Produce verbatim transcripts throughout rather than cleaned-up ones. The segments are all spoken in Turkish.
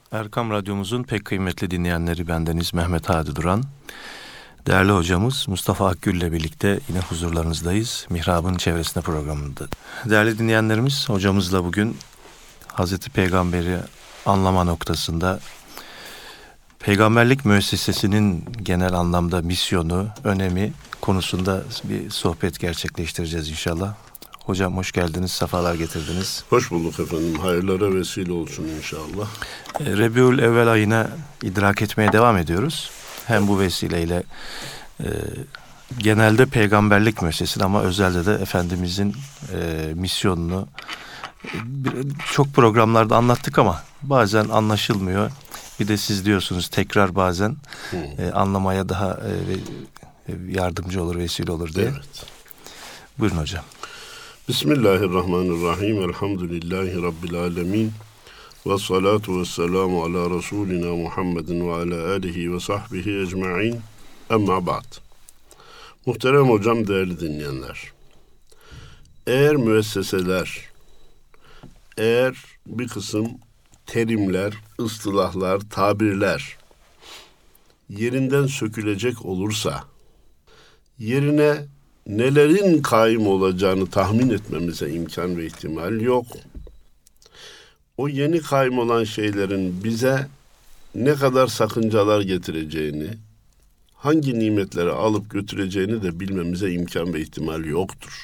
Erkam Radyomuzun pek kıymetli dinleyenleri, bendeniz Mehmet Hadi Duran. Değerli hocamız Mustafa Akgül ile birlikte yine huzurlarınızdayız. Mihrab'ın çevresinde programında. Değerli dinleyenlerimiz, hocamızla bugün Hazreti Peygamber'i anlama noktasında peygamberlik müessesesinin genel anlamda misyonu, önemi konusunda bir sohbet gerçekleştireceğiz inşallah. Hocam hoş geldiniz, sefalar getirdiniz. Hoş bulduk efendim. Hayırlara vesile olsun inşallah. Rebiül Evvel ayına idrak etmeye devam ediyoruz. Hem bu vesileyle e, genelde peygamberlik müessesesi ama özelde de Efendimizin e, misyonunu e, çok programlarda anlattık ama bazen anlaşılmıyor. Bir de siz diyorsunuz tekrar bazen e, anlamaya daha e, yardımcı olur, vesile olur diye. Evet. Buyurun hocam. Bismillahirrahmanirrahim. Elhamdülillahi Rabbil alemin. Ve salatu ve selamu ala Resulina Muhammedin ve ala alihi ve sahbihi ecma'in. Emma ba'd. Muhterem hocam, değerli dinleyenler. Eğer müesseseler, eğer bir kısım terimler, ıstılahlar, tabirler yerinden sökülecek olursa, yerine nelerin kaim olacağını tahmin etmemize imkan ve ihtimal yok. O yeni kaim olan şeylerin bize ne kadar sakıncalar getireceğini, hangi nimetleri alıp götüreceğini de bilmemize imkan ve ihtimal yoktur.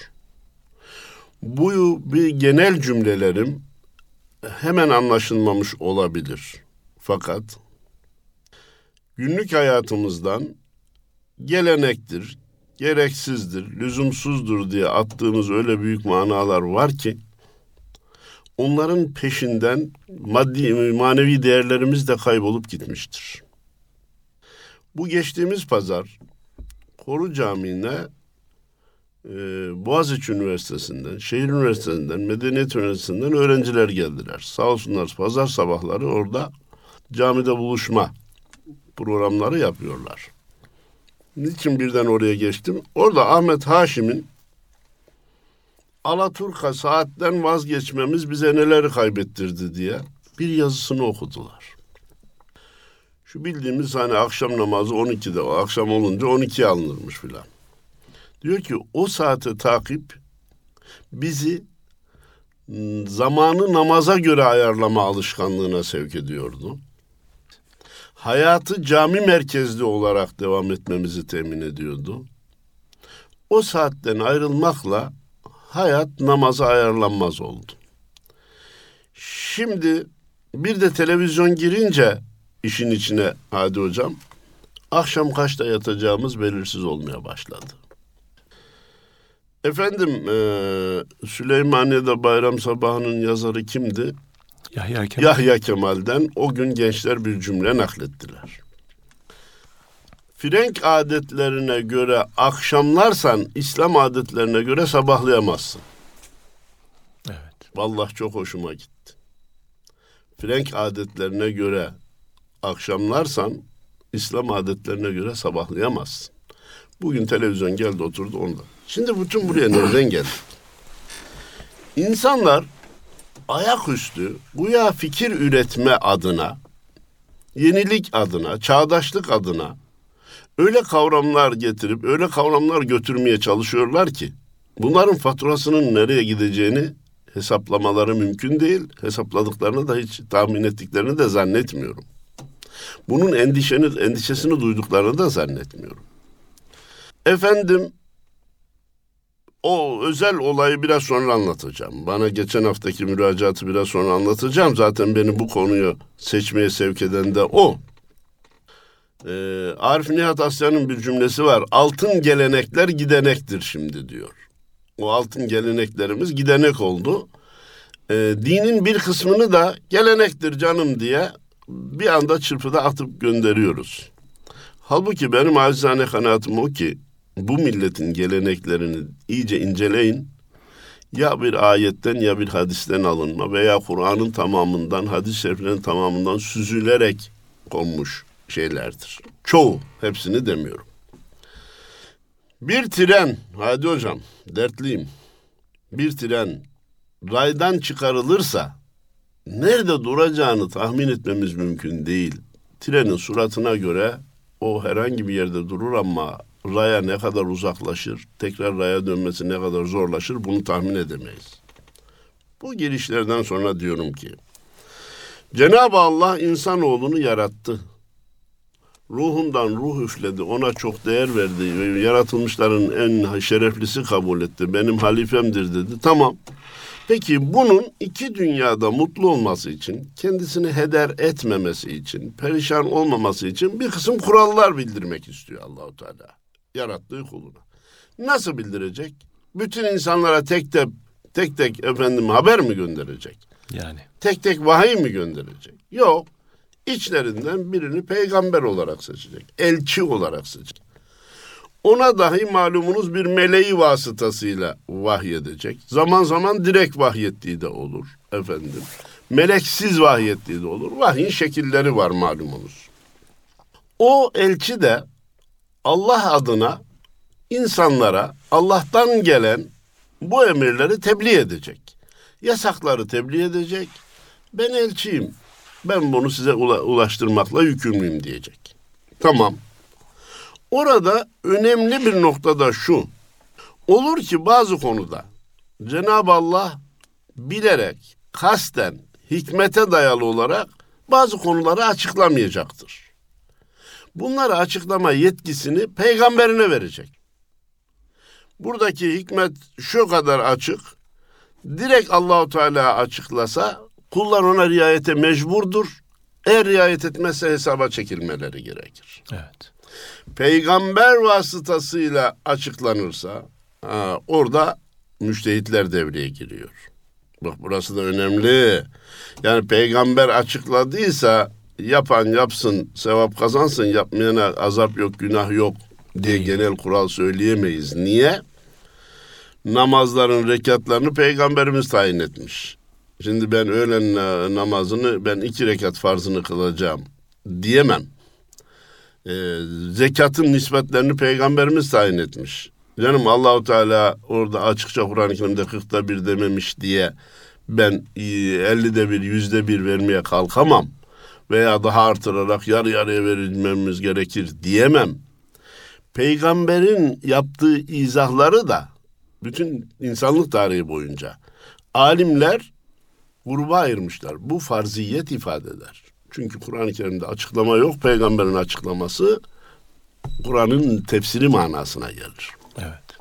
Bu bir genel cümlelerim hemen anlaşılmamış olabilir. Fakat günlük hayatımızdan gelenektir, gereksizdir, lüzumsuzdur diye attığımız öyle büyük manalar var ki onların peşinden maddi, manevi değerlerimiz de kaybolup gitmiştir. Bu geçtiğimiz pazar Koru Camii'ne e, Boğaziçi Üniversitesi'nden, Şehir Üniversitesi'nden, Medeniyet Üniversitesi'nden öğrenciler geldiler. Sağ olsunlar, pazar sabahları orada camide buluşma programları yapıyorlar. Niçin birden oraya geçtim? Orada Ahmet Haşim'in Alaturka saatten vazgeçmemiz bize neleri kaybettirdi diye bir yazısını okudular. Şu bildiğimiz hani akşam namazı on ikide, o akşam olunca on ikiye alınırmış filan. Diyor ki o saate takip bizi zamanı namaza göre ayarlama alışkanlığına sevk ediyordu. Hayatı cami merkezli olarak devam etmemizi temin ediyordu. O saatten ayrılmakla hayat namaza ayarlanmaz oldu. Şimdi bir de televizyon girince işin içine Hadi hocam, akşam kaçta yatacağımız belirsiz olmaya başladı. Efendim e, Süleymaniye'de bayram sabahının yazarı kimdi? Yahya Kemal. Yahya Kemal'den o gün gençler bir cümle naklettiler. Frenk adetlerine göre akşamlarsan İslam adetlerine göre sabahlayamazsın. Evet. Vallahi çok hoşuma gitti. Frenk adetlerine göre akşamlarsan İslam adetlerine göre sabahlayamazsın. Bugün televizyon geldi oturdu onda. Şimdi bütün buraya nereden geldi? İnsanlar ayaküstü güya fikir üretme adına, yenilik adına, çağdaşlık adına öyle kavramlar getirip, öyle kavramlar götürmeye çalışıyorlar ki bunların faturasının nereye gideceğini hesaplamaları mümkün değil. Hesapladıklarını da hiç tahmin ettiklerini de zannetmiyorum. Bunun endişeni, endişesini duyduklarını da zannetmiyorum. Efendim, o özel olayı biraz sonra anlatacağım. Bana geçen haftaki müracaatı biraz sonra anlatacağım. Zaten beni bu konuyu seçmeye sevk eden de o. Ee, Arif Nihat Asya'nın bir cümlesi var. Altın gelenekler gidenektir şimdi diyor. O altın geleneklerimiz gidenek oldu. Ee, dinin bir kısmını da gelenektir canım diye bir anda çırpıda atıp gönderiyoruz. Halbuki benim acizane kanaatim o ki bu milletin geleneklerini iyice inceleyin. Ya bir ayetten ya bir hadisten alınma veya Kur'an'ın tamamından, hadis-i şeriflerin tamamından süzülerek konmuş şeylerdir. Çoğu, hepsini demiyorum. Bir tren, hadi hocam, dertliyim. Bir tren raydan çıkarılırsa nerede duracağını tahmin etmemiz mümkün değil. Trenin suratına göre o herhangi bir yerde durur ama raya ne kadar uzaklaşır, tekrar raya dönmesi ne kadar zorlaşır bunu tahmin edemeyiz. Bu girişlerden sonra diyorum ki, Cenab-ı Allah insanoğlunu yarattı. Ruhundan ruh üfledi, ona çok değer verdi ve yaratılmışların en şereflisi kabul etti. Benim halifemdir dedi. Tamam. Peki bunun iki dünyada mutlu olması için, kendisini heder etmemesi için, perişan olmaması için bir kısım kurallar bildirmek istiyor Allah-u Teala. Yarattığı kuluna. Nasıl bildirecek? Bütün insanlara tek tek tek tek efendim haber mi gönderecek? Yani. Tek tek vahiy mi gönderecek? Yok. İçlerinden birini peygamber olarak seçecek. Elçi olarak seçecek. Ona dahi malumunuz bir meleği vasıtasıyla vahyedecek. Zaman zaman direkt vahyettiği de olur efendim. Meleksiz vahyettiği de olur. Vahyin şekilleri var malumunuz. O elçi de Allah adına insanlara Allah'tan gelen bu emirleri tebliğ edecek. Yasakları tebliğ edecek. Ben elçiyim. Ben bunu size ulaştırmakla yükümlüyüm diyecek. Tamam. Orada önemli bir noktada şu. Olur ki bazı konuda Cenab-ı Allah bilerek, kasten, hikmete dayalı olarak bazı konuları açıklamayacaktır. Bunları açıklama yetkisini peygamberine verecek. Buradaki hikmet şu kadar açık. Direkt Allah-u Teala açıklasa kullar ona riayete mecburdur. Eğer riayet etmezse hesaba çekilmeleri gerekir. Evet. Peygamber vasıtasıyla açıklanırsa ha, orada müştehitler devreye giriyor. Bak burası da önemli. Yani peygamber açıkladıysa yapan yapsın, sevap kazansın, yapmayana azap yok, günah yok diye genel kural söyleyemeyiz. Niye? Namazların rekatlarını peygamberimiz tayin etmiş. Şimdi ben öğlen namazını, ben iki rekat farzını kılacağım diyemem. Ee, zekatın nispetlerini peygamberimiz tayin etmiş. Canım Allah-u Teala orada açıkça Kur'an-ı Kerim'de kırkta bir dememiş diye ben ellide bir, yüzde bir vermeye kalkamam. Veya daha artırarak yarı yarıya vermemiz gerekir diyemem. Peygamberin yaptığı izahları da bütün insanlık tarihi boyunca alimler gruba ayırmışlar. Bu farziyet ifade eder. Çünkü Kur'an-ı Kerim'de açıklama yok. Peygamberin açıklaması Kur'an'ın tefsiri manasına gelir. Evet.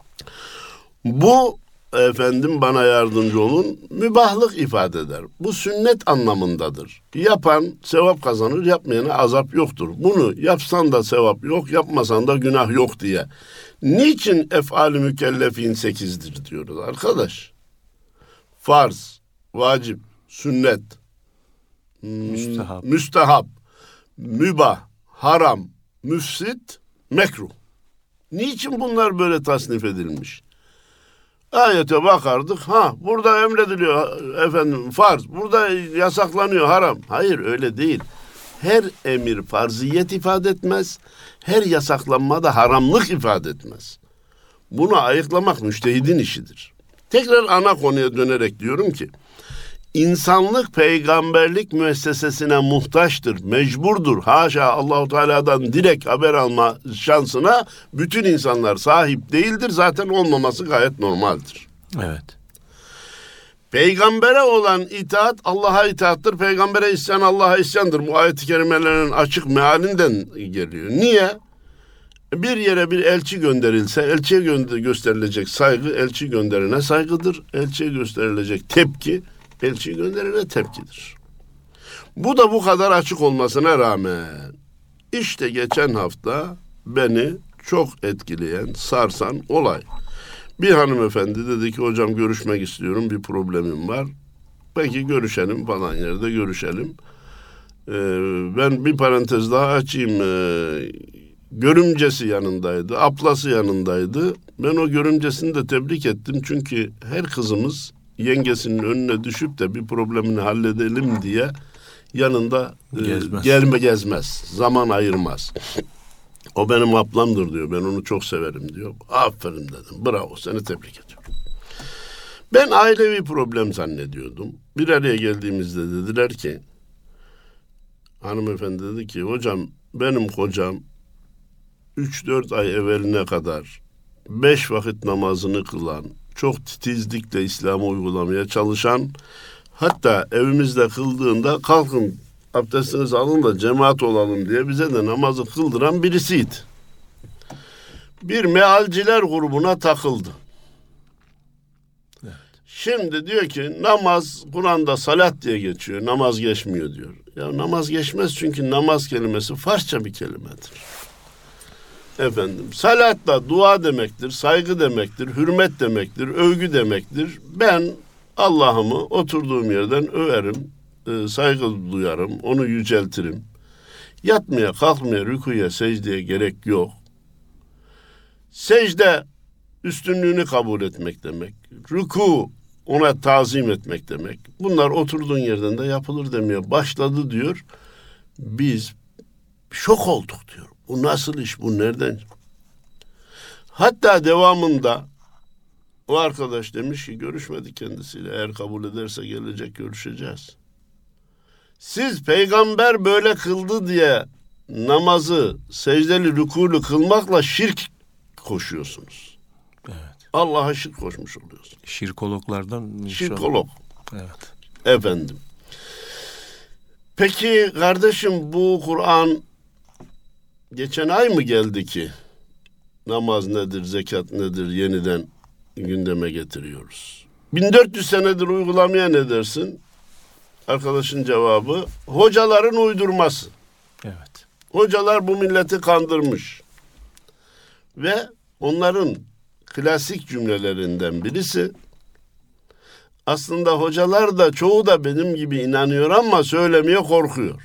Bu efendim bana yardımcı olun mübahlık ifade eder. Bu sünnet anlamındadır. Yapan sevap kazanır, yapmayana azap yoktur. Bunu yapsan da sevap yok, yapmasan da günah yok diye. Niçin ef'al-i mükellefin sekizdir diyoruz arkadaş? Farz, vacip, sünnet, müstehap, müstehap, mübah, haram, müfsit, mekruh. Niçin bunlar böyle tasnif edilmiş? Ayete bakardık, ha burada emrediliyor efendim farz, burada yasaklanıyor haram. Hayır öyle değil. Her emir farziyet ifade etmez, her yasaklanma da haramlık ifade etmez. Bunu ayıklamak müştehidin işidir. Tekrar ana konuya dönerek diyorum ki, İnsanlık peygamberlik müessesesine muhtaçtır, mecburdur. Haşa Allah-u Teala'dan direkt haber alma şansına bütün insanlar sahip değildir. Zaten olmaması gayet normaldir. Evet. Peygambere olan itaat Allah'a itaattır. Peygambere isyan Allah'a isyandır. Bu ayet-i kerimelerin açık mealinden geliyor. Niye? Bir yere bir elçi gönderilse, elçiye gö- gösterilecek saygı, elçi gönderene saygıdır. Elçiye gösterilecek tepki, elçi gönderene tepkidir. Bu da bu kadar açık olmasına rağmen işte geçen hafta beni çok etkileyen, sarsan olay. Bir hanımefendi dedi ki hocam görüşmek istiyorum, bir problemim var. Peki görüşelim falan yerde görüşelim. Ee, ben bir parantez daha açayım. Ee, görümcesi yanındaydı, ablası yanındaydı. Ben o görümcesini de tebrik ettim çünkü her kızımız yengesinin önüne düşüp de bir problemini halledelim diye yanında gezmez. E, gelme gezmez, zaman ayırmaz. O benim ablamdır diyor, ben onu çok severim diyor. Aferin dedim, bravo, seni tebrik ediyorum. Ben ailevi problem zannediyordum. Bir araya geldiğimizde dediler ki, hanımefendi dedi ki, hocam benim kocam üç dört ay evveline kadar beş vakit namazını kılan, çok titizlikle İslam'ı uygulamaya çalışan, hatta evimizde kıldığında kalkın abdestinizi alın da cemaat olalım diye bize de namazı kıldıran birisiydi. Bir mealciler grubuna takıldı. Evet. Şimdi diyor ki namaz Kur'an'da salat diye geçiyor, namaz geçmiyor diyor. Ya namaz geçmez çünkü namaz kelimesi Farsça bir kelimedir. Efendim, salat da dua demektir, saygı demektir, hürmet demektir, övgü demektir. Ben Allah'ımı oturduğum yerden överim, e, saygı duyarım, onu yüceltirim. Yatmaya, kalkmaya, rüküye, secdeye gerek yok. Secde üstünlüğünü kabul etmek demek. Rükû ona tazim etmek demek. Bunlar oturduğun yerden de yapılır demeye başladı diyor. Biz şok olduk diyor. Bu nasıl iş? Bu nereden? Hatta devamında o arkadaş demiş ki görüşmedi kendisiyle. Eğer kabul ederse gelecek, görüşeceğiz. Siz peygamber böyle kıldı diye namazı secdeli rükûlu kılmakla şirk koşuyorsunuz. Evet. Allah'a şirk koşmuş oluyorsunuz. Şirkologlardan. Şirkolog. Evet. Efendim. Peki kardeşim, bu Kur'an geçen ay mı geldi ki namaz nedir, zekat nedir yeniden gündeme getiriyoruz? bin dört yüz senedir uygulamaya ne dersin? Arkadaşın cevabı hocaların uydurması. Evet. Hocalar bu milleti kandırmış. Ve onların klasik cümlelerinden birisi, aslında hocalar da çoğu da benim gibi inanıyor ama söylemeye korkuyor.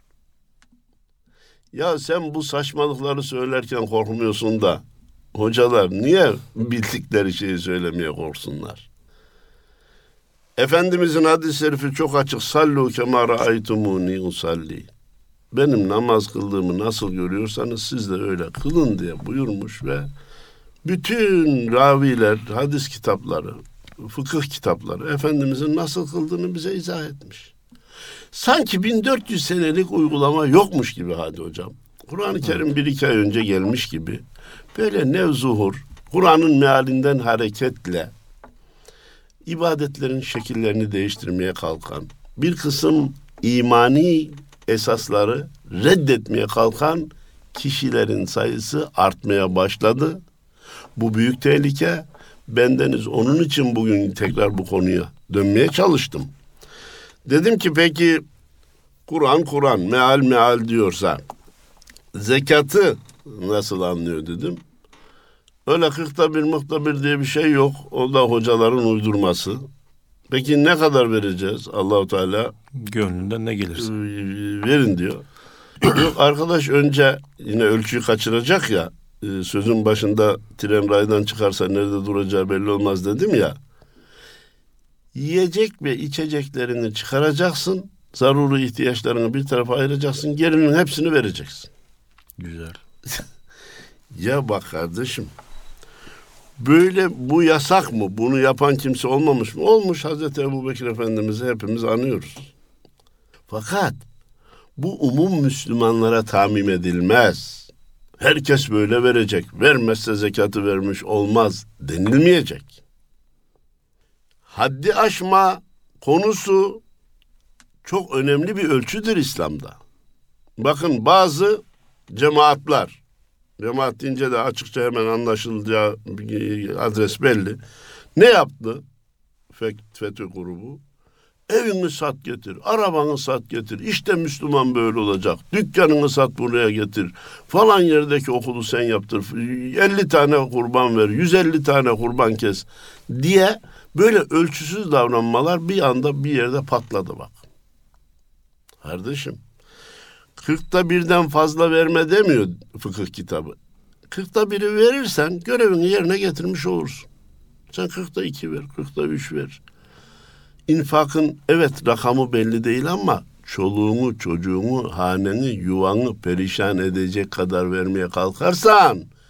Ya sen bu saçmalıkları söylerken korkmuyorsun da hocalar niye bildikleri şeyi söylemeye korksunlar? Efendimizin hadis-i şerifi çok açık. Sallu kema ra'aytumuni usalli. Benim namaz kıldığımı nasıl görüyorsanız siz de öyle kılın diye buyurmuş ve bütün raviler, hadis kitapları, fıkıh kitapları Efendimizin nasıl kıldığını bize izah etmiş. Sanki bin dört yüz senelik uygulama yokmuş gibi hadi hocam. Kur'an-ı Kerim bir iki ay önce gelmiş gibi. Böyle nevzuhur, Kur'an'ın mealinden hareketle ibadetlerin şekillerini değiştirmeye kalkan, bir kısım imani esasları reddetmeye kalkan kişilerin sayısı artmaya başladı. Bu büyük tehlike. Bendeniz onun için bugün tekrar bu konuya dönmeye çalıştım. Dedim ki peki Kur'an Kur'an, meal meal diyorsa zekatı nasıl anlıyor dedim. Öyle kırkta bir mıkta bir diye bir şey yok. O da hocaların uydurması. Peki ne kadar vereceğiz? Allahu Teala gönlünden ne gelirse verin diyor. Yok arkadaş, önce yine ölçüyü kaçıracak ya, sözün başında tren raydan çıkarsa nerede duracağı belli olmaz dedim ya. Yiyecek ve içeceklerini çıkaracaksın, zaruri ihtiyaçlarını bir tarafa ayıracaksın, gerinin hepsini vereceksin. Güzel. Ya bak kardeşim, böyle bu yasak mı? Bunu yapan kimse olmamış mı? Olmuş. Hazreti Ebubekir Efendimiz'i hepimiz anıyoruz. Fakat bu umum Müslümanlara tamim edilmez. Herkes böyle verecek. Vermezse zekatı vermiş olmaz denilmeyecek. Haddi aşma konusu çok önemli bir ölçüdür İslam'da. Bakın bazı cemaatler, cemaat deyince de açıkça hemen anlaşılacağı adres belli. Ne yaptı FETÖ grubu? Evini sat getir, arabanı sat getir, işte Müslüman böyle olacak, dükkanını sat buraya getir, falan yerdeki okulu sen yaptır, elli tane kurban ver, yüz elli tane kurban kes diye böyle ölçüsüz davranmalar bir anda bir yerde patladı bak. Kardeşim, kırkta birden fazla verme demiyor fıkıh kitabı. Kırkta biri verirsen görevini yerine getirmiş olursun. Sen kırkta iki ver, kırkta üç ver. İnfakın evet rakamı belli değil ama çoluğunu, çocuğunu, haneni, yuvanı perişan edecek kadar vermeye kalkarsan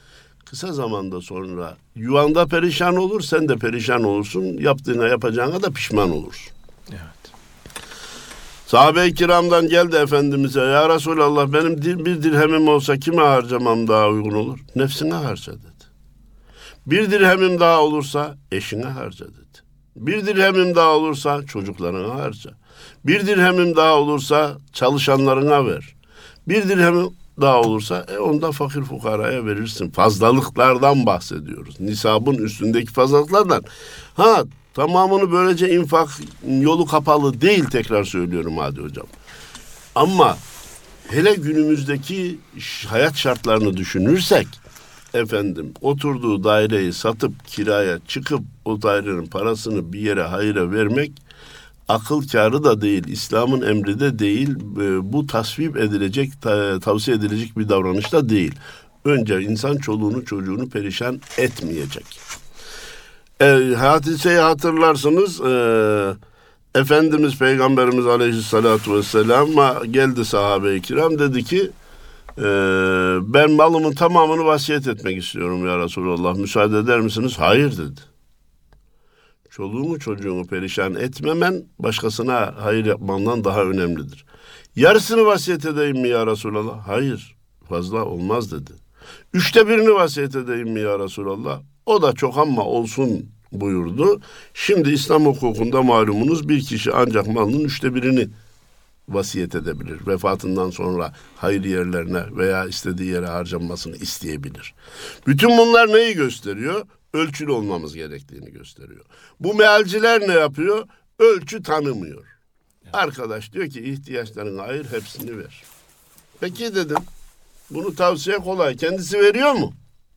kısa zamanda sonra yuvanda perişan olur, sen de perişan olursun, yaptığına yapacağına da pişman olursun. Evet. Sahabe-i kiramdan geldi Efendimiz'e, ya Resulallah benim bir dirhemim olsa kime harcamam daha uygun olur? Nefsine harca dedi. Bir dirhemim daha olursa eşine harca dedi. Bir dirhemim daha olursa çocuklarına harca. Bir dirhemim daha olursa çalışanlarına ver. Bir dirhemim daha olursa e, onu da fakir fukaraya verirsin. Fazlalıklardan bahsediyoruz. Nisabın üstündeki fazlalıklardan. Ha, tamamını böylece infak yolu kapalı değil, tekrar söylüyorum Hadi Hocam. Ama hele günümüzdeki hayat şartlarını düşünürsek, efendim oturduğu daireyi satıp kiraya çıkıp o dairenin parasını bir yere hayıra vermek akıl kârı da değil, İslam'ın emri de değil, bu tasvip edilecek, tavsiye edilecek bir davranış da değil. Önce insan çoluğunu çocuğunu perişan etmeyecek. E, hadiseyi hatırlarsınız, e, Efendimiz Peygamberimiz Aleyhisselatü Vesselam'a geldi sahabe-i kiram, dedi ki e, ben malımın tamamını vasiyet etmek istiyorum ya Resulallah, müsaade eder misiniz? Hayır dedi. Çoluğumu çocuğumu perişan etmemen başkasına hayır yapmandan daha önemlidir. Yarısını vasiyet edeyim mi ya Resulallah? Hayır, fazla olmaz dedi. Üçte birini vasiyet edeyim mi ya Resulallah? O da çok ama olsun buyurdu. Şimdi İslam hukukunda malumunuz bir kişi ancak malının üçte birini vasiyet edebilir. Vefatından sonra hayır yerlerine veya istediği yere harcanmasını isteyebilir. Bütün bunlar neyi gösteriyor? Ölçülü olmamız gerektiğini gösteriyor. Bu mealciler ne yapıyor? Ölçü tanımıyor. Evet. Arkadaş diyor ki ihtiyaçlarını ayır, hepsini ver. Peki dedim, bunu tavsiye kolay. Kendisi veriyor mu?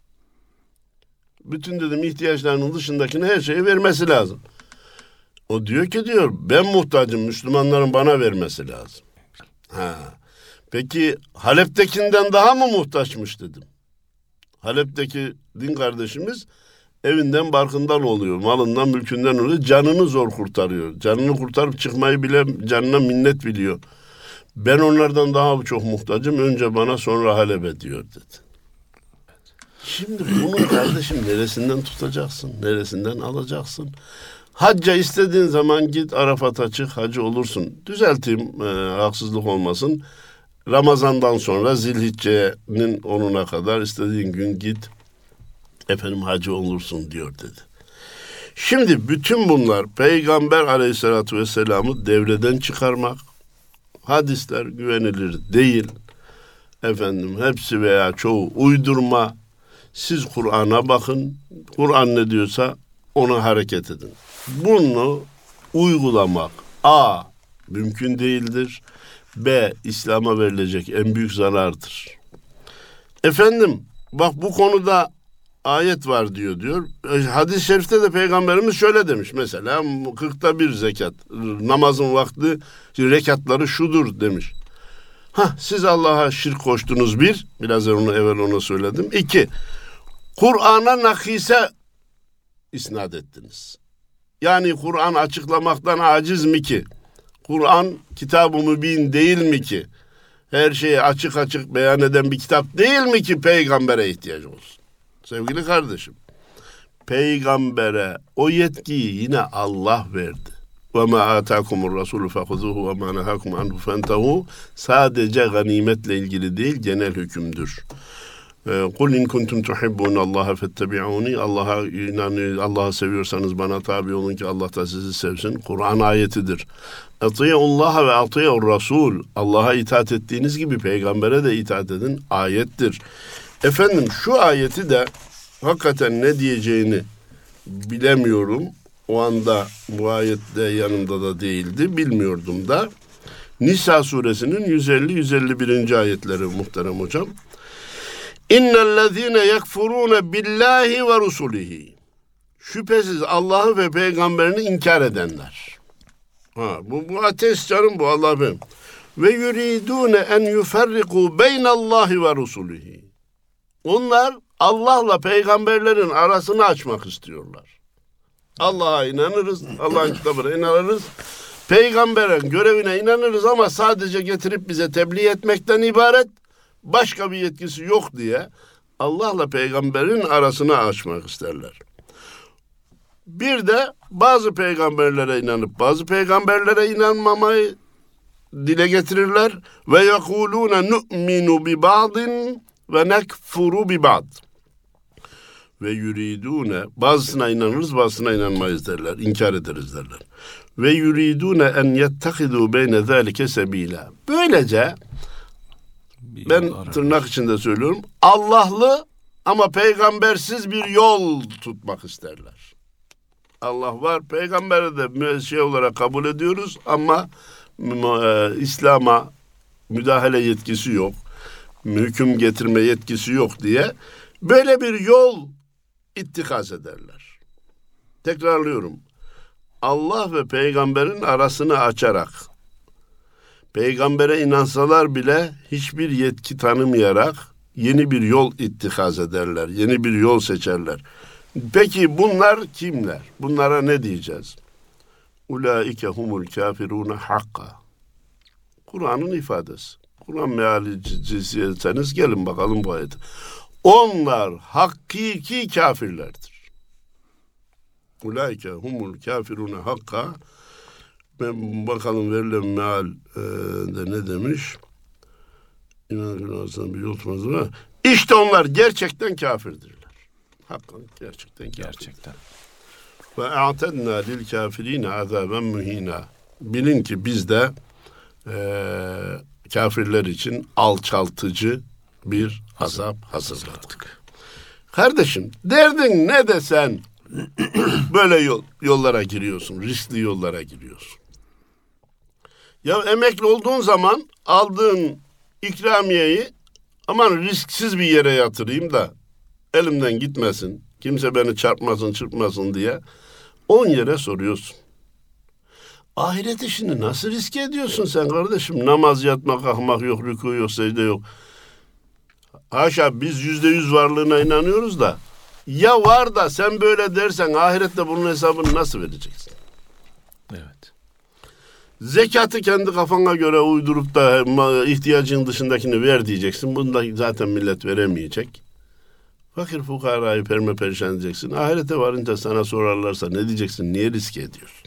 Bütün dedim ihtiyaçlarının dışındakini her şeyi vermesi lazım. O diyor ki diyor ben muhtacım, Müslümanların bana vermesi lazım. Ha. Peki Halep'tekinden daha mı muhtaçmış dedim. Halep'teki din kardeşimiz evinden barkından oluyor, malından mülkünden oluyor, canını zor kurtarıyor. Canını kurtarıp çıkmayı bile canına minnet biliyor. Ben onlardan daha çok muhtacım, önce bana sonra Halep'e diyor dedi. Şimdi bunun kardeşim neresinden tutacaksın, neresinden alacaksın? Hacca istediğin zaman git Arafat'a çık, hacı olursun. Düzelteyim, e, haksızlık olmasın. Ramazan'dan sonra Zilhicce'nin onuna kadar istediğin gün git, efendim hacı olursun diyor dedi. Şimdi bütün bunlar Peygamber Aleyhisselatü Vesselam'ı devreden çıkarmak. Hadisler güvenilir değil. Efendim hepsi veya çoğu uydurma. Siz Kur'an'a bakın. Kur'an ne diyorsa ona hareket edin. Bunu uygulamak A. mümkün değildir. B. İslam'a verilecek en büyük zarardır. Efendim bak bu konuda ayet var diyor diyor. Hadis-i şerifte de Peygamberimiz şöyle demiş. Mesela kırkta bir zekat. Namazın vakti rekatları şudur demiş. Hah, siz Allah'a şirk koştunuz bir. Biraz onu evvel ona söyledim. İki. Kur'an'a nakise isnat ettiniz. Yani Kur'an açıklamaktan aciz mi ki? Kur'an kitab-ı mübin değil mi ki? Her şeyi açık açık beyan eden bir kitap değil mi ki peygambere ihtiyacı olsun? Sevgili kardeşim, peygambere o yetkiyi yine Allah verdi. وَمَا آتَاكُمُ الرَّسُولُ فَخُذُوهُ وَمَا نَهَاكُمْ عَنْهُ فَانْتَهُوا Sadece ganimetle ilgili değil, genel hükümdür. Kul in kuntum tuhibbun Allah fettebi'uni. Allah'a inanın, Allah'ı seviyorsanız bana tabi olun ki Allah da sizi sevsin. Kur'an ayetidir. Atiyeullah ve atiyeur Rasul. Allah'a itaat ettiğiniz gibi peygambere de itaat edin. Ayettir. Efendim şu ayeti de hakikaten ne diyeceğini bilemiyorum. O anda bu ayette yanımda da değildi. Bilmiyordum da. Nisa suresinin yüz elli yüz elli birinci ayetleri muhterem hocam. İnnellezîne yekfurûne billahi ve rusulihi. Şüphesiz Allah'ı ve peygamberini inkar edenler. Ha, bu, bu ateş canım bu Allah benim. Ve yuridûne en yuferrikû beynallahi ve rusulihi. Onlar Allah'la peygamberlerin arasını açmak istiyorlar. Allah'a inanırız, Allah'ın kitabına inanırız. Peygamberin görevine inanırız ama sadece getirip bize tebliğ etmekten ibaret. Başka bir yetkisi yok diye Allah'la peygamberin arasını açmak isterler. Bir de bazı peygamberlere inanıp bazı peygamberlere inanmamayı dile getirirler. Ve yekulûne nu'minu bi ba'din ve nekfuru bi ba'd. Ve yuridûne, bazısına inanırız bazısına inanmayız derler. İnkar ederiz derler. Ve yuridûne en yettehidû beyne zâlike sebîlâ. Böylece ben tırnak içinde söylüyorum, Allah'lı ama peygambersiz bir yol tutmak isterler. Allah var, peygamberi de şey olarak kabul ediyoruz ama e, İslam'a müdahale yetkisi yok, hüküm getirme yetkisi yok diye böyle bir yol ittikaz ederler. Tekrarlıyorum, Allah ve peygamberin arasını açarak, peygambere inansalar bile hiçbir yetki tanımayarak yeni bir yol ittikaz ederler, yeni bir yol seçerler. Peki bunlar kimler? Bunlara ne diyeceğiz? Ulaike humul kafirune hakka. Kur'an'ın ifadesi. Kur'an meali cinsiyetseniz gelin bakalım bu ayet. Onlar hakiki kafirlerdir. Ulaike humul kafirune hakka. Ben bakalım verilen meal e, de ne demiş? İnan günahsından bir yol tutmaz mı? İşte onlar gerçekten kafirdirler. Hakikaten gerçekten kafir. Gerçekten. Ve a'tedna lil kafirine azaben muhina. Bilin ki biz de e, kafirler için alçaltıcı bir azap hazırladık. Kardeşim, derdin ne desen böyle yol, yollara giriyorsun, riskli yollara giriyorsun. Ya emekli olduğun zaman aldığın ikramiyeyi aman risksiz bir yere yatırayım da elimden gitmesin, kimse beni çarpmasın, çırpmasın diye on yere soruyorsun. Ahiret işini nasıl riske ediyorsun sen kardeşim? Namaz yatmak, kalkmak yok, rükû yok, secde yok. Haşa biz yüzde yüz varlığına inanıyoruz da ya var da sen böyle dersen ahirette bunun hesabını nasıl vereceksin? Evet. Zekatı kendi kafana göre uydurup da ihtiyacın dışındakini ver diyeceksin. Bunu da zaten millet veremeyecek. Fakir fukarayı perme perişan edeceksin. Ahirete varınca sana sorarlarsa ne diyeceksin? Niye riske ediyorsun?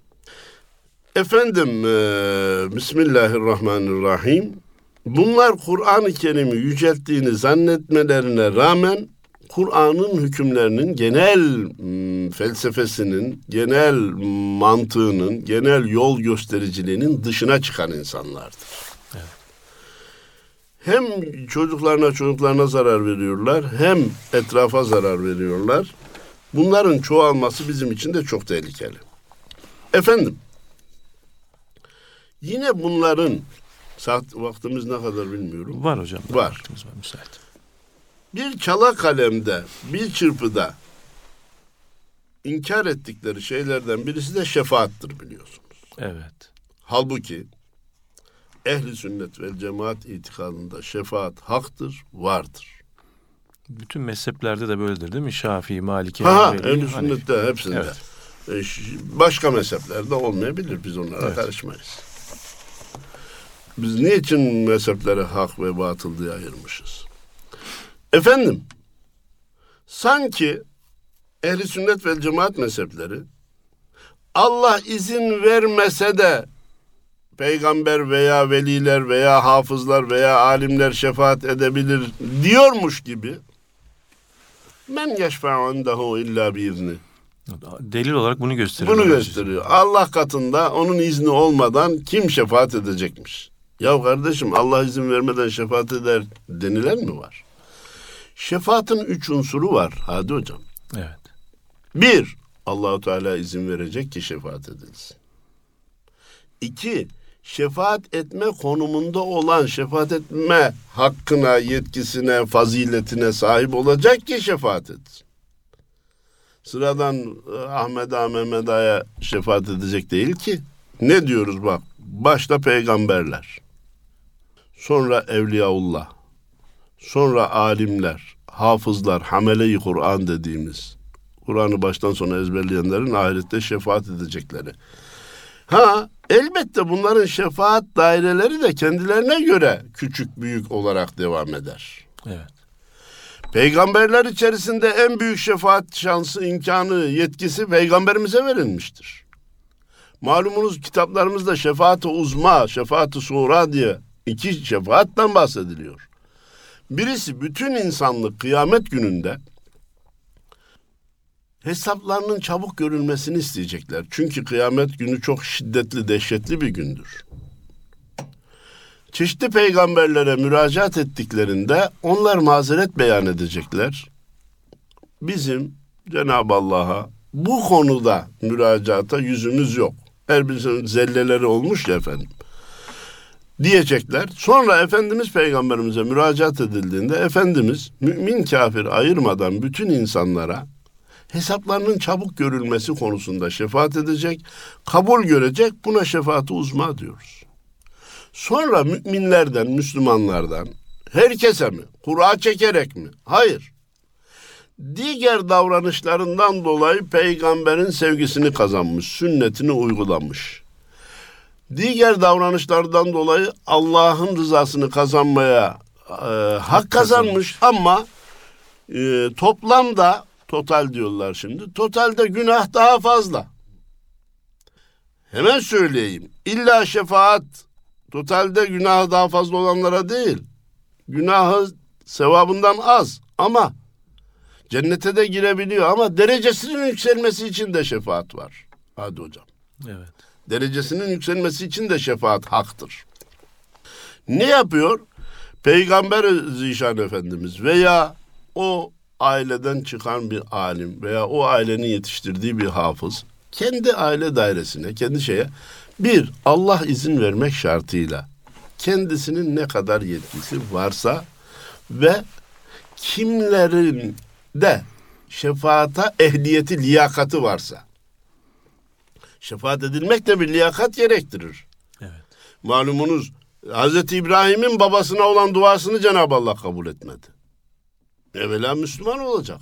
Efendim, e, Bismillahirrahmanirrahim. Bunlar Kur'an-ı Kerim'i yücelttiğini zannetmelerine rağmen Kur'an'ın hükümlerinin genel m, felsefesinin, genel mantığının, genel yol göstericiliğinin dışına çıkan insanlardır. Evet. Hem çocuklarına çocuklarına zarar veriyorlar, hem etrafa zarar veriyorlar. Bunların çoğalması bizim için de çok tehlikeli. Efendim, yine bunların, saat vaktimiz ne kadar bilmiyorum. Var hocam. Var. Vaktimiz var, müsait. Bir çala kalemde, bir çırpıda inkar ettikleri şeylerden birisi de şefaattir biliyorsunuz. Evet. Halbuki ehli sünnet vel cemaat itikadında şefaat haktır, vardır. Bütün mezheplerde de böyledir değil mi? Şafii, Maliki, Ha, Hanbeli, ehli sünnette hepsinde. Evet. Başka mezheplerde olmayabilir, biz onlara evet. karışmayız. Biz niçin mezhepleri hak ve batıl diye ayırmışız? Efendim, sanki ehli sünnet ve cemaat mezhepleri Allah izin vermese de peygamber veya veliler veya hafızlar veya alimler şefaat edebilir diyormuş gibi men yeşfe'u indehu illa biizni. Delil olarak bunu gösteriyor. Bunu gösteriyor. Allah katında onun izni olmadan kim şefaat edecekmiş? Ya kardeşim, Allah izin vermeden şefaat eder denilen mi var? Şefaatin üç unsuru var Hadi hocam. Evet. Bir, Allah-u Teala izin verecek ki şefaat edilsin. İki, şefaat etme konumunda olan, şefaat etme hakkına, yetkisine, faziletine sahip olacak ki şefaat etsin. Sıradan Ahmet'e, Mehmet'e şefaat edecek değil ki. Ne diyoruz bak, başta peygamberler, sonra evliyaullah, sonra alimler, hafızlar, hamele-i Kur'an dediğimiz, Kur'an'ı baştan sona ezberleyenlerin ahirette şefaat edecekleri. Ha, elbette bunların şefaat daireleri de kendilerine göre küçük büyük olarak devam eder. Evet. Peygamberler içerisinde en büyük şefaat şansı, imkanı, yetkisi peygamberimize verilmiştir. Malumunuz kitaplarımızda şefaat-ı uzma, şefaat-ı suğra diye iki şefaattan bahsediliyor. Birisi bütün insanlık kıyamet gününde hesaplarının çabuk görülmesini isteyecekler. Çünkü kıyamet günü çok şiddetli, dehşetli bir gündür. Çeşitli peygamberlere müracaat ettiklerinde onlar mazeret beyan edecekler. Bizim Cenab-ı Allah'a bu konuda müracaata yüzümüz yok. Her birisinin zelleleri olmuş ya efendim. Diyecekler. Sonra Efendimiz Peygamberimize müracaat edildiğinde Efendimiz mümin kafir ayırmadan bütün insanlara hesaplarının çabuk görülmesi konusunda şefaat edecek, kabul görecek, buna şefaat-i uzma diyoruz. Sonra müminlerden, Müslümanlardan herkese mi, kura çekerek mi? Hayır. Diğer davranışlarından dolayı peygamberin sevgisini kazanmış, sünnetini uygulamış. Diğer davranışlardan dolayı Allah'ın rızasını kazanmaya e, hak kazanmış ama e, toplamda, total diyorlar şimdi, totalde günah daha fazla. Hemen söyleyeyim, illa şefaat totalde günahı daha fazla olanlara değil, günahı sevabından az ama cennete de girebiliyor ama derecesinin yükselmesi için de şefaat var. Hadi hocam. Evet. Derecesinin yükselmesi için de şefaat haktır. Ne yapıyor? Peygamber Zişan Efendimiz veya o aileden çıkan bir alim veya o ailenin yetiştirdiği bir hafız kendi aile dairesine, kendi şeye bir, Allah izin vermek şartıyla kendisinin ne kadar yetkisi varsa ve kimlerin de şefaata ehliyeti, liyakati varsa. Şefaat edilmek de bir liyakat gerektirir. Evet. Malumunuz Hazreti İbrahim'in babasına olan duasını Cenab-ı Allah kabul etmedi. Evvela Müslüman olacak.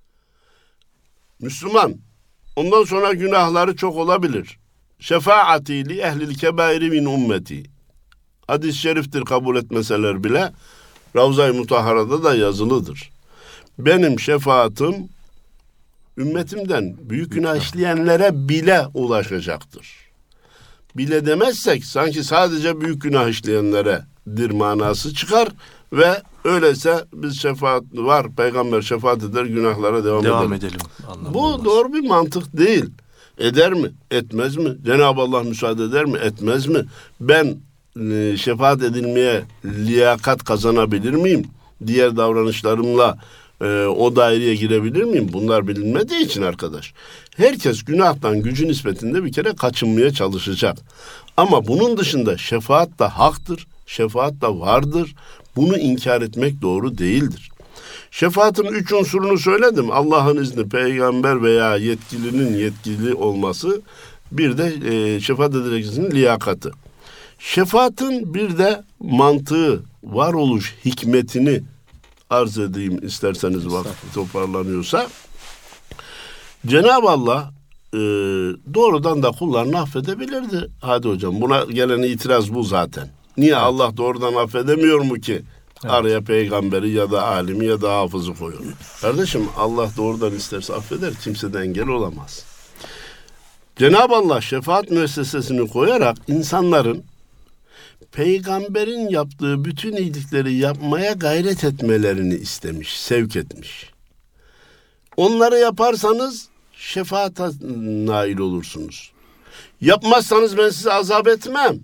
Müslüman. Ondan sonra günahları çok olabilir. Şefaati li ehlil kebairi min ümmeti. Hadis-i şeriftir, kabul etmeseler bile Ravza-i Mutahhara'da da yazılıdır. Benim şefaatim ümmetimden büyük günah işleyenlere bile ulaşacaktır. Bile demezsek sanki sadece büyük günah işleyenleredir manası çıkar ve öyleyse biz şefaat var, peygamber şefaat eder, günahlara devam, devam edelim. edelim. Bu olmaz. Doğru bir mantık değil. Eder mi? Etmez mi? Cenab-ı Allah müsaade eder mi? Etmez mi? Ben e, şefaat edilmeye liyakat kazanabilir miyim? Diğer davranışlarımla e, o daireye girebilir miyim? Bunlar bilinmediği için arkadaş. Herkes günahtan gücü nispetinde bir kere kaçınmaya çalışacak. Ama bunun dışında şefaat da haktır. Şefaat da vardır. Bunu inkar etmek doğru değildir. Şefaatin üç unsurunu söyledim. Allah'ın izni, peygamber veya yetkilinin yetkili olması, bir de e, şefaat edileceksin liyakati. Şefaatin bir de mantığı, varoluş hikmetini arz edeyim isterseniz, vakit toparlanıyorsa. Cenab-ı Allah e, doğrudan da kullarını affedebilirdi. Hadi hocam, buna gelen itiraz bu zaten. Niye evet. Allah doğrudan affedemiyor mu ki? Evet. Araya peygamberi ya da alimi ya da hafızı koyuyor. Kardeşim, Allah doğrudan isterse affeder. Kimse de engel olamaz. Cenab-ı Allah şefaat müessesesini koyarak insanların peygamberin yaptığı bütün iyilikleri yapmaya gayret etmelerini istemiş, sevk etmiş. Onları yaparsanız şefaata nail olursunuz. Yapmazsanız ben size azap etmem.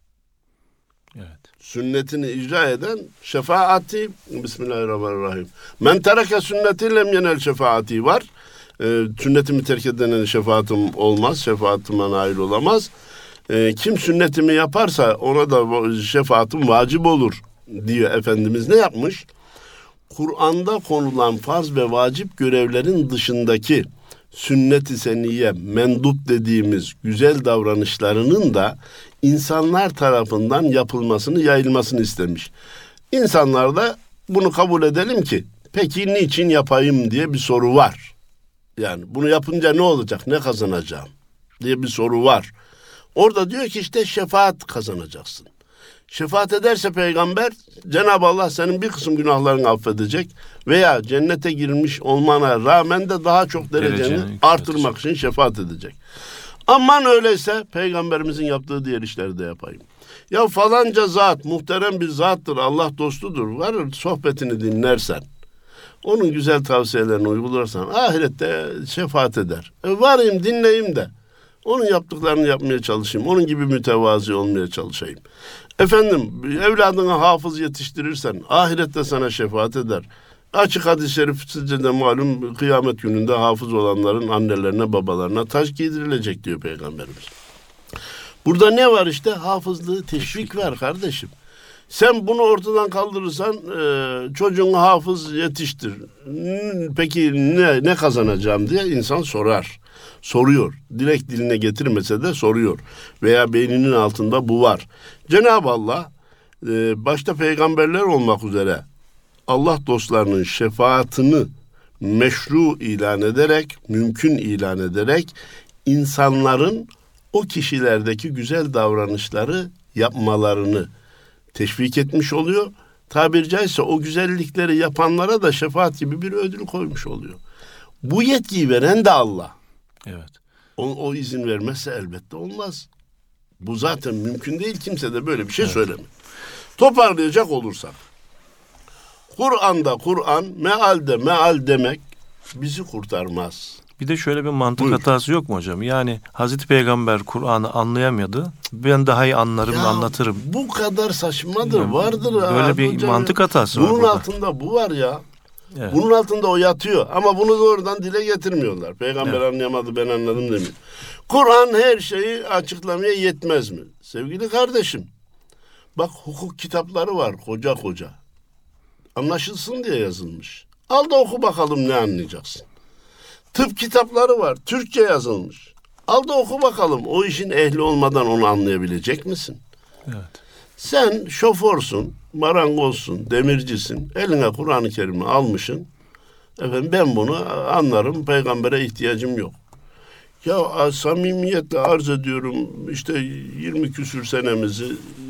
Evet. Sünnetini icra eden şefaati, Bismillahirrahmanirrahim. Men tereke sünneti lem yenel şefaati var. E, sünnetimi terk edenin şefaatim olmaz, şefaatime nail olamaz. E, kim sünnetimi yaparsa ona da şefaatim vacip olur diye Efendimiz ne yapmış? Kur'an'da konulan farz ve vacip görevlerin dışındaki sünnet-i seniyye, mendup dediğimiz güzel davranışlarının da insanlar tarafından yapılmasını, yayılmasını istemiş. İnsanlar da bunu kabul edelim ki, peki niçin yapayım diye bir soru var. Yani bunu yapınca ne olacak, ne kazanacağım diye bir soru var. Orada diyor ki işte şefaat kazanacaksın. Şefaat ederse peygamber, Cenab-ı Allah senin bir kısım günahlarını affedecek veya cennete girmiş olmana rağmen de daha çok dereceni, dereceni artırmak için şefaat edecek. Aman öyleyse peygamberimizin yaptığı diğer işleri de yapayım. Ya falanca zat muhterem bir zattır, Allah dostudur. Var sohbetini dinlersen, onun güzel tavsiyelerini uygularsan ahirette şefaat eder. E varayım dinleyeyim de onun yaptıklarını yapmaya çalışayım. Onun gibi mütevazi olmaya çalışayım. Efendim evladına hafız yetiştirirsen ahirette sana şefaat eder. Açık hadis-i şerif sizce de malum, kıyamet gününde hafız olanların annelerine babalarına taç giydirilecek diyor Peygamberimiz. Burada ne var işte? Hafızlığı teşvik ver kardeşim. Sen bunu ortadan kaldırırsan e, çocuğunu hafız yetiştir. Peki ne, ne kazanacağım diye insan sorar. Soruyor. Direkt diline getirmese de soruyor. Veya beyninin altında bu var. Cenab-ı Allah e, başta peygamberler olmak üzere Allah dostlarının şefaatini meşru ilan ederek, mümkün ilan ederek insanların o kişilerdeki güzel davranışları yapmalarını teşvik etmiş oluyor. Tabiri caizse o güzellikleri yapanlara da şefaat gibi bir ödül koymuş oluyor. Bu yetkiyi veren de Allah. Evet. O, o izin vermezse elbette olmaz. Bu zaten mümkün değil. Kimse de böyle bir şey evet. söylemiyor. Toparlayacak olursak, Kur'an'da Kur'an, mealde meal demek bizi kurtarmaz. Bir de şöyle bir mantık Buyur. hatası yok mu hocam? Yani Hazreti Peygamber Kur'an'ı anlayamıyordu. Ben daha iyi anlarım, ya, anlatırım. Bu kadar saçmadır, yani, vardır. Böyle bir hocam, mantık hatası bunun var. Bunun altında bu var ya. Evet. Bunun altında o yatıyor. Ama bunu doğrudan dile getirmiyorlar. Peygamber evet. anlayamadı, ben anladım demiyor. Kur'an her şeyi açıklamaya yetmez mi? Sevgili kardeşim, bak hukuk kitapları var koca koca. Anlaşılsın diye yazılmış. Al da oku bakalım ne anlayacaksın. Tıp kitapları var. Türkçe yazılmış. Al da oku bakalım. O işin ehli olmadan onu anlayabilecek misin? Evet. Sen şoförsün, marangozsun, demircisin. Eline Kur'an-ı Kerim'i almışsın. Efendim ben bunu anlarım. Peygambere ihtiyacım yok. Ya samimiyetle arz ediyorum. İşte yirmi küsür senemizi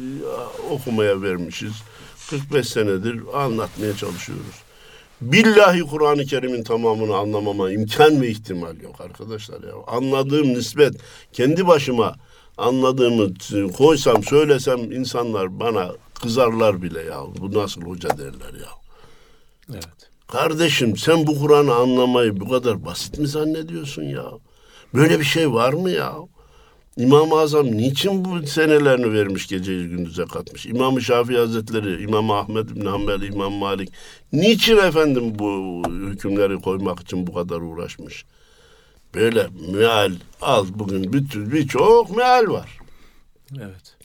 okumaya vermişiz. kırk beş senedir anlatmaya çalışıyoruz. Billahi Kur'an-ı Kerim'in tamamını anlamama imkan ve ihtimal yok arkadaşlar ya. Anladığım nispet, kendi başıma anladığımı koysam, söylesem insanlar bana kızarlar bile ya. Bu nasıl hoca derler ya. Evet. Kardeşim sen bu Kur'an'ı anlamayı bu kadar basit mi zannediyorsun ya? Böyle bir şey var mı ya? İmam-ı Azam niçin bu senelerini vermiş, geceyi gündüze katmış? İmam-ı Şafii Hazretleri, İmam Ahmed bin Hanbel, İmam Malik niçin efendim bu hükümleri koymak için bu kadar uğraşmış? Böyle meal az, bugün bütün birçok meal var. Evet.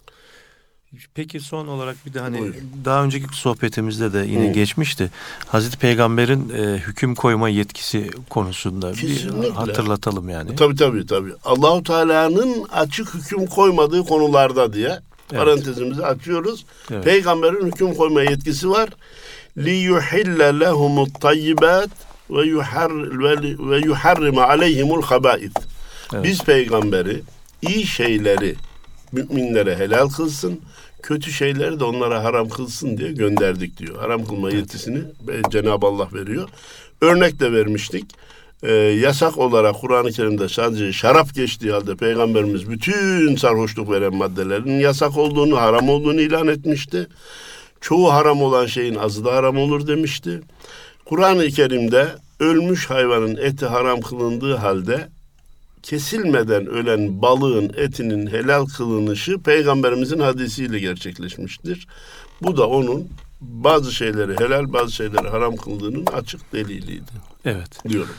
Peki son olarak bir de hani Buyurun. daha önceki sohbetimizde de yine Hı. geçmişti. Hazreti Peygamber'in e, hüküm koyma yetkisi konusunda Kesinlikle. bir hatırlatalım yani. Tabii tabii tabii. Allahu Teala'nın açık hüküm koymadığı konularda diye evet. parantezimizi açıyoruz. Evet. Peygamber'in hüküm koyma yetkisi var. Li yuhille lehumut tayyibat ve yuhar ve yuharrima aleyhimul haba'ith. Biz peygamberi iyi şeyleri müminlere helal kılsın, kötü şeyleri de onlara haram kılsın diye gönderdik diyor. Haram kılma yetisini Cenab-ı Allah veriyor. Örnek de vermiştik. Ee, yasak olarak Kur'an-ı Kerim'de sadece şarap geçtiği halde Peygamberimiz bütün sarhoşluk veren maddelerin yasak olduğunu, haram olduğunu ilan etmişti. Çoğu haram olan şeyin azı da haram olur demişti. Kur'an-ı Kerim'de ölmüş hayvanın eti haram kılındığı halde kesilmeden ölen balığın etinin helal kılınışı Peygamberimizin hadisiyle gerçekleşmiştir. Bu da onun bazı şeyleri helal, bazı şeyleri haram kıldığının açık deliliydi. Evet. Diyorum.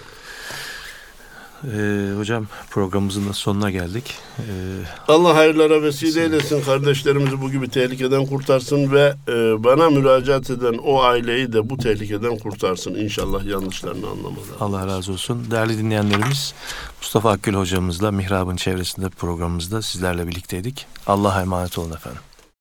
Ee, hocam programımızın da sonuna geldik. Ee, Allah hayırlara vesile eylesin. Kardeşlerimizi bu gibi tehlikeden kurtarsın ve e, bana müracaat eden o aileyi de bu tehlikeden kurtarsın. İnşallah yanlışlarını anlamadan. Allah razı olsun. Değerli dinleyenlerimiz, Mustafa Akgül hocamızla Mihrab'ın çevresinde programımızda sizlerle birlikteydik. Allah'a emanet olun efendim.